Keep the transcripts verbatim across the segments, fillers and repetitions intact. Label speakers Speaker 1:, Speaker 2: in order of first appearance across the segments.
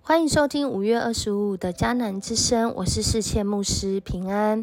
Speaker 1: 欢迎收听五月二十五的迦南之声，我是世切牧师平安。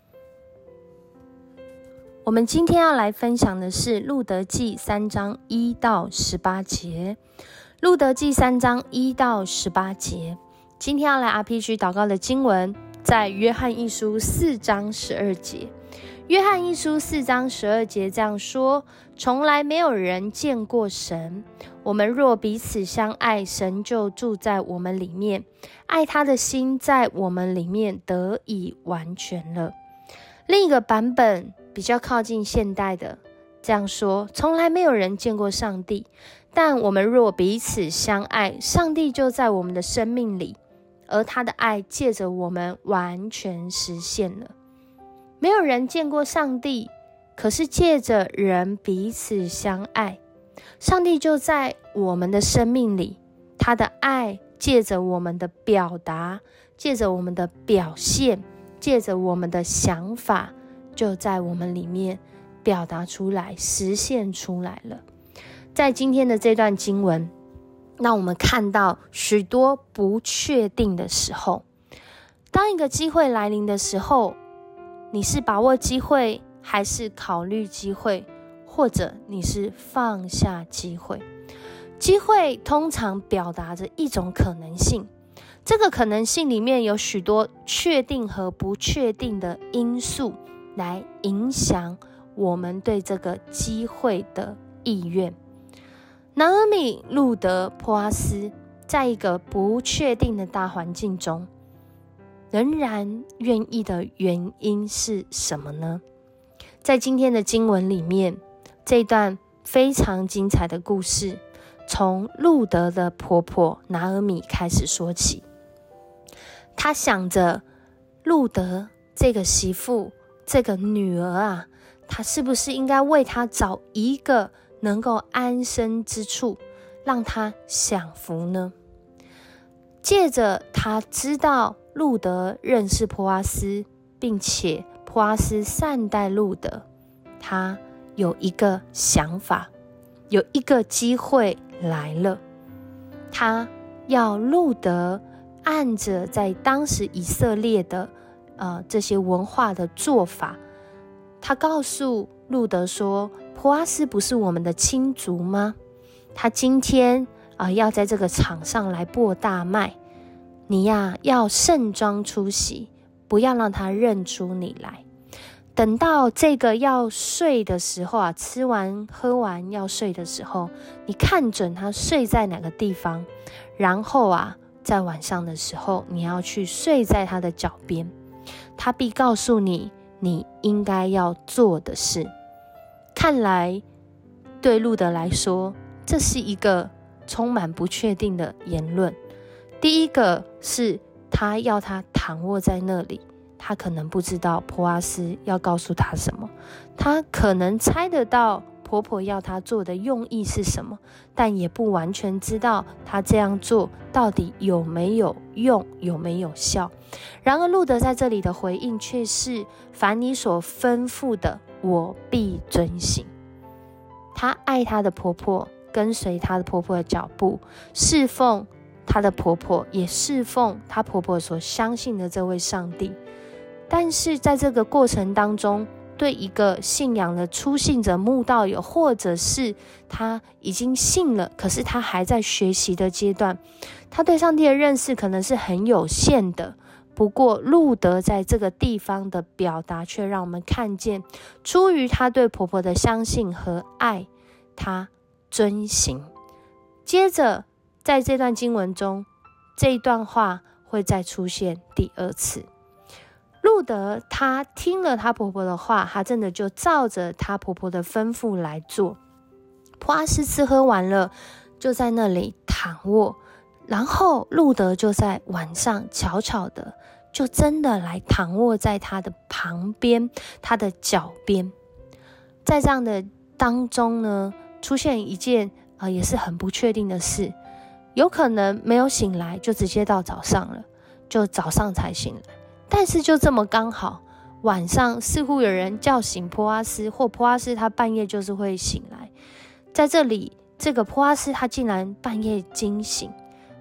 Speaker 1: 我们今天要来分享的是路得记三章一到十八节。路得记三章一到十八节，今天要来 R P G 祷告的经文在约翰一书四章十二节。约翰一书四章十二节这样说：从来没有人见过神，我们若彼此相爱，神就住在我们里面，爱他的心在我们里面得以完全了。另一个版本比较靠近现代的这样说：从来没有人见过上帝，但我们若彼此相爱，上帝就在我们的生命里，而他的爱借着我们完全实现了。没有人见过上帝，可是借着人彼此相爱，上帝就在我们的生命里，他的爱借着我们的表达，借着我们的表现，借着我们的想法，就在我们里面表达出来，实现出来了。在今天的这段经文，让我们看到许多不确定的时候。当一个机会来临的时候，你是把握机会，还是考虑机会，或者你是放下机会？机会通常表达着一种可能性，这个可能性里面有许多确定和不确定的因素来影响我们对这个机会的意愿。拿俄米、路得、波阿斯在一个不确定的大环境中，仍然愿意的原因是什么呢？在今天的经文里面，这一段非常精彩的故事，从路得的婆婆拿俄米开始说起。她想着路得这个媳妇，这个女儿啊，她是不是应该为她找一个能够安身之处，让她享福呢？借着她知道路得认识波阿斯，并且波阿斯善待路得，他有一个想法，有一个机会来了。他要路得按着在当时以色列的呃这些文化的做法，他告诉路得说，波阿斯不是我们的亲族吗？他今天啊、呃、要在这个场上来擘大麦，你呀要盛装出席，不要让他认出你来。等到这个要睡的时候啊，吃完喝完要睡的时候，你看准他睡在哪个地方，然后啊在晚上的时候，你要去睡在他的脚边，他必告诉你你应该要做的事。看来对路得来说，这是一个充满不确定的言论。第一个是他要他躺卧在那里，他可能不知道波阿斯要告诉他什么，他可能猜得到婆婆要他做的用意是什么，但也不完全知道他这样做到底有没有用，有没有效。然而路得在这里的回应却是：凡你所吩咐的，我必遵行。她爱她的婆婆，跟随她的婆婆的脚步，侍奉她的婆婆，也侍奉她婆婆所相信的这位上帝。但是在这个过程当中，对一个信仰的初信者、慕道友，或者是他已经信了，可是他还在学习的阶段，他对上帝的认识可能是很有限的。不过路得在这个地方的表达却让我们看见，出于他对婆婆的相信和爱，他遵行。接着在这段经文中，这一段话会再出现第二次。路得她听了她婆婆的话，她真的就照着她婆婆的吩咐来做。波阿斯吃喝完了，就在那里躺卧，然后路得就在晚上悄悄的，就真的来躺卧在她的旁边，她的脚边。在这样的当中呢，出现一件呃也是很不确定的事，有可能没有醒来就直接到早上了，就早上才醒来。但是就这么刚好，晚上似乎有人叫醒波阿斯，或波阿斯他半夜就是会醒来。在这里，这个波阿斯他竟然半夜惊醒，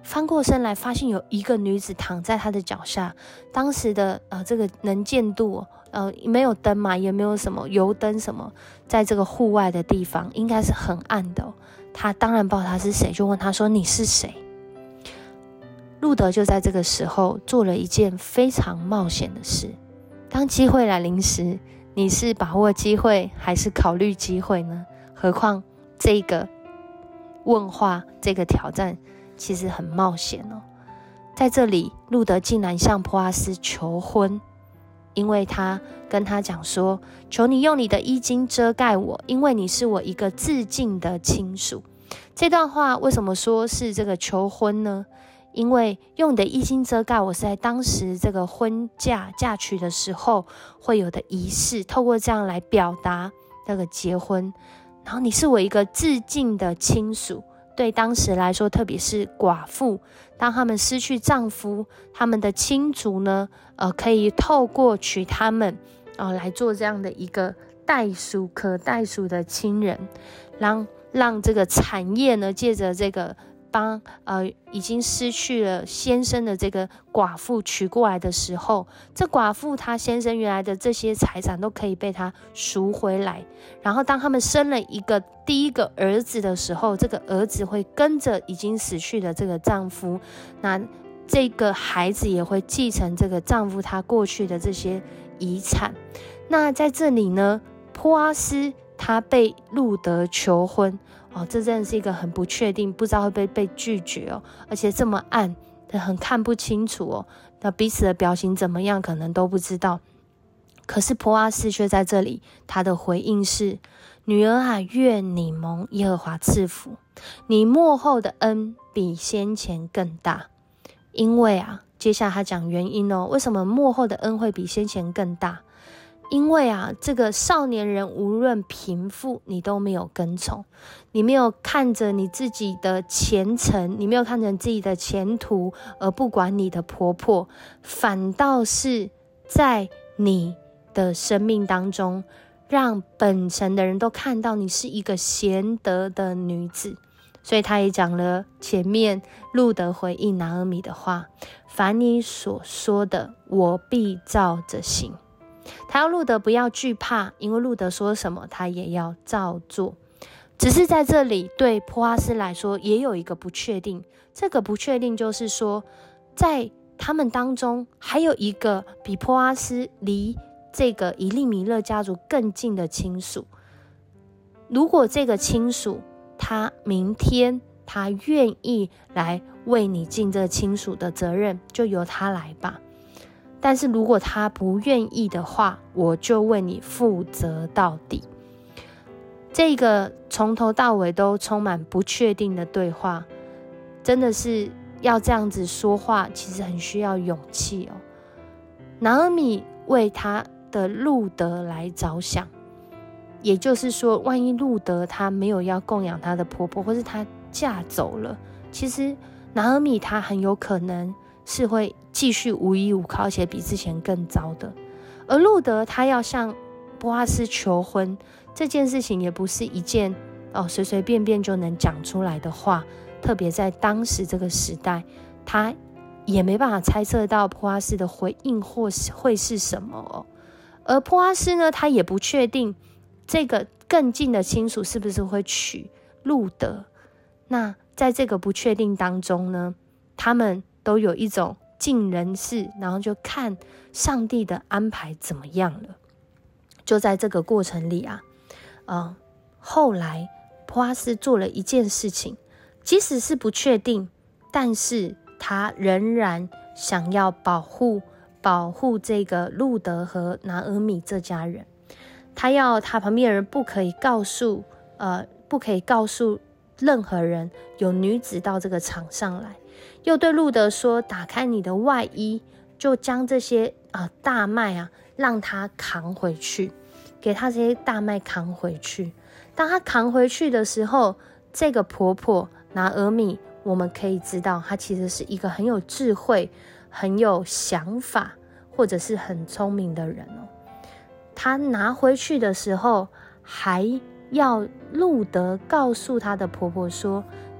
Speaker 1: 翻过身来，发现有一个女子躺在他的脚下。当时的呃这个能见度，呃没有灯嘛，也没有什么油灯什么，在这个户外的地方应该是很暗的、哦。他当然不知道他是谁，就问他说：“你是谁？”路德就在这个时候做了一件非常冒险的事。当机会来临时，你是把握机会还是考虑机会呢？何况这个问话，这个挑战其实很冒险哦。在这里，路德竟然向波阿斯求婚，因为他跟他讲说：“求你用你的衣襟遮盖我，因为你是我一个至近的亲属。”这段话为什么说是这个求婚呢？因为用你的衣襟遮盖我是在当时这个婚嫁嫁娶的时候会有的仪式，透过这样来表达那个结婚。然后你是我一个至近的亲属，对当时来说，特别是寡妇，当他们失去丈夫，他们的亲族呢，呃，可以透过娶他们，呃，来做这样的一个代属可代属的亲人，让让这个产业呢，借着这个帮呃已经失去了先生的这个寡妇娶过来的时候，这寡妇她先生原来的这些财产都可以被她赎回来。然后当他们生了一个第一个儿子的时候，这个儿子会跟着已经死去的这个丈夫，那这个孩子也会继承这个丈夫他过去的这些遗产。那在这里呢，波阿斯他被路德求婚哦，这真的是一个很不确定，不知道会不会被拒绝哦，而且这么暗，很看不清楚哦。那彼此的表情怎么样，可能都不知道。可是波阿斯却在这里，他的回应是：女儿啊，愿你蒙耶和华赐福，你末后的恩比先前更大。因为啊，接下来他讲原因哦，为什么末后的恩会比先前更大？因为啊，这个少年人无论贫富，你都没有跟从，你没有看着你自己的前程，你没有看着你自己的前途，而不管你的婆婆，反倒是在你的生命当中，让本城的人都看到你是一个贤德的女子。所以他也讲了前面路德回应拿俄米的话：凡你所说的，我必照着行。他要路德不要惧怕，因为路德说什么他也要照做。只是在这里对波阿斯来说也有一个不确定，这个不确定就是说，在他们当中还有一个比波阿斯离这个以利米勒家族更近的亲属。如果这个亲属他明天他愿意来为你尽这亲属的责任，就由他来吧。但是如果他不愿意的话，我就为你负责到底。这个从头到尾都充满不确定的对话，真的是要这样子说话，其实很需要勇气哦。拿俄米为他的路德来着想，也就是说，万一路德他没有要供养他的婆婆，或是他嫁走了，其实拿俄米他很有可能是会继续无依无靠，而且比之前更糟的。而路德他要向波阿斯求婚，这件事情也不是一件哦随随便便就能讲出来的话，特别在当时这个时代，他也没办法猜测到波阿斯的回应或是会是什么哦。而波阿斯呢，他也不确定这个更近的亲属是不是会娶路德。那在这个不确定当中呢，他们都有一种尽人事，然后就看上帝的安排怎么样了。就在这个过程里啊，呃，后来波阿斯做了一件事情，即使是不确定，但是他仍然想要保护保护这个路德和拿俄米这家人。他要他旁边的人不可以告诉呃，不可以告诉任何人有女子到这个场上来。又对路德说：打开你的外衣，就将这些、呃、大麦啊让他扛回去，给他这些大麦扛回去。当他扛回去的时候，这个婆婆拿俄米，我们可以知道她其实是一个很有智慧、很有想法，或者是很聪明的人哦。她拿回去的时候，还要路德告诉她的婆婆说：你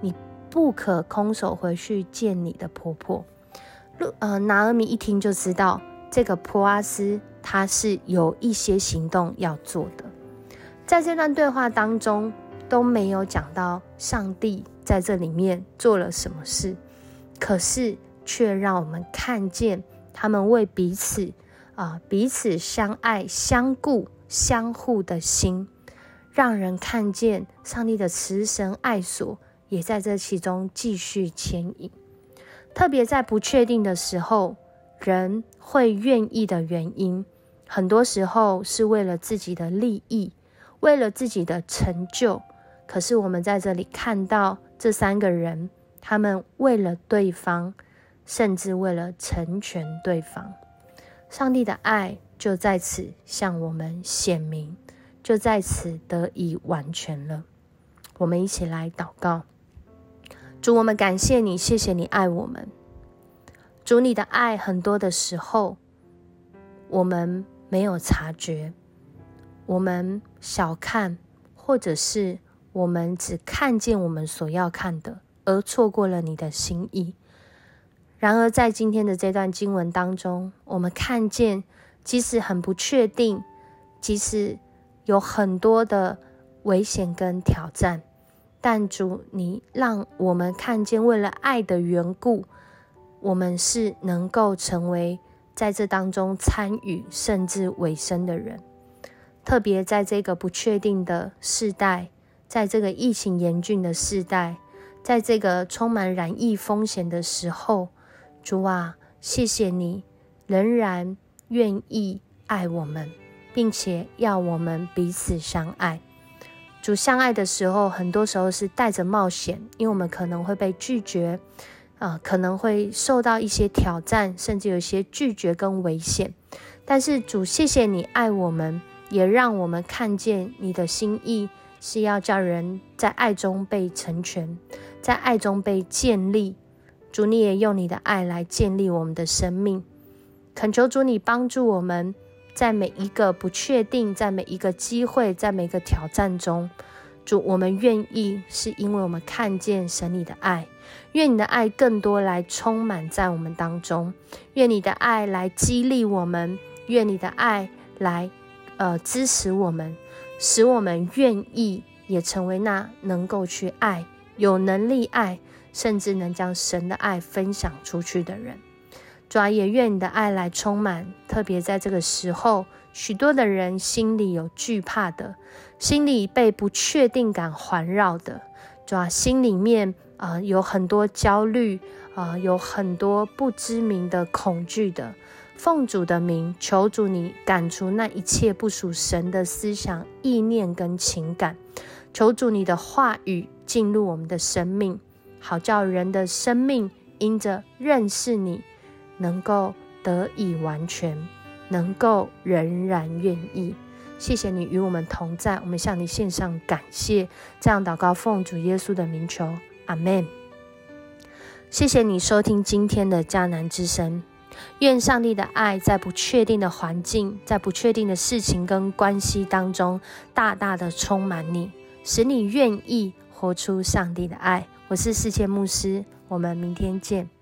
Speaker 1: 不可空手回去见你的婆婆。呃，拿俄米一听就知道，这个波阿斯他是有一些行动要做的。在这段对话当中都没有讲到上帝在这里面做了什么事，可是却让我们看见他们为彼此啊、呃、彼此相爱、相顾、相互的心，让人看见上帝的慈神爱所也在这其中继续牵引。特别在不确定的时候，人会愿意的原因，很多时候是为了自己的利益，为了自己的成就。可是我们在这里看到这三个人，他们为了对方，甚至为了成全对方，上帝的爱就在此向我们显明，就在此得以完全了。我们一起来祷告。主，我们感谢你，谢谢你爱我们。主，你的爱很多的时候我们没有察觉，我们小看，或者是我们只看见我们所要看的，而错过了你的心意。然而在今天的这段经文当中，我们看见即使很不确定，即使有很多的危险跟挑战，但主，你让我们看见为了爱的缘故，我们是能够成为在这当中参与甚至委身的人。特别在这个不确定的世代，在这个疫情严峻的世代，在这个充满染疫风险的时候，主啊，谢谢你仍然愿意爱我们，并且要我们彼此相爱。主，相爱的时候很多时候是带着冒险，因为我们可能会被拒绝、呃、可能会受到一些挑战，甚至有一些拒绝跟危险。但是主，谢谢你爱我们，也让我们看见你的心意是要叫人在爱中被成全，在爱中被建立。主，你也用你的爱来建立我们的生命。恳求主你帮助我们，在每一个不确定，在每一个机会，在每一个挑战中，主，我们愿意是因为我们看见神你的爱，愿你的爱更多来充满在我们当中，愿你的爱来激励我们，愿你的爱来呃支持我们，使我们愿意也成为那能够去爱、有能力爱，甚至能将神的爱分享出去的人。主啊，也愿你的爱来充满，特别在这个时候，许多的人心里有惧怕的，心里被不确定感环绕的，主啊，心里面、呃、有很多焦虑、呃、有很多不知名的恐惧的。奉主的名，求主你赶除那一切不属神的思想、意念跟情感，求主你的话语进入我们的生命，好叫人的生命因着认识你能够得以完全，能够仍然愿意。谢谢你与我们同在，我们向你献上感谢，这样祷告奉主耶稣的名求，阿们。谢谢你收听今天的迦南之声，愿上帝的爱在不确定的环境，在不确定的事情跟关系当中大大的充满你，使你愿意活出上帝的爱。我是世界牧师，我们明天见。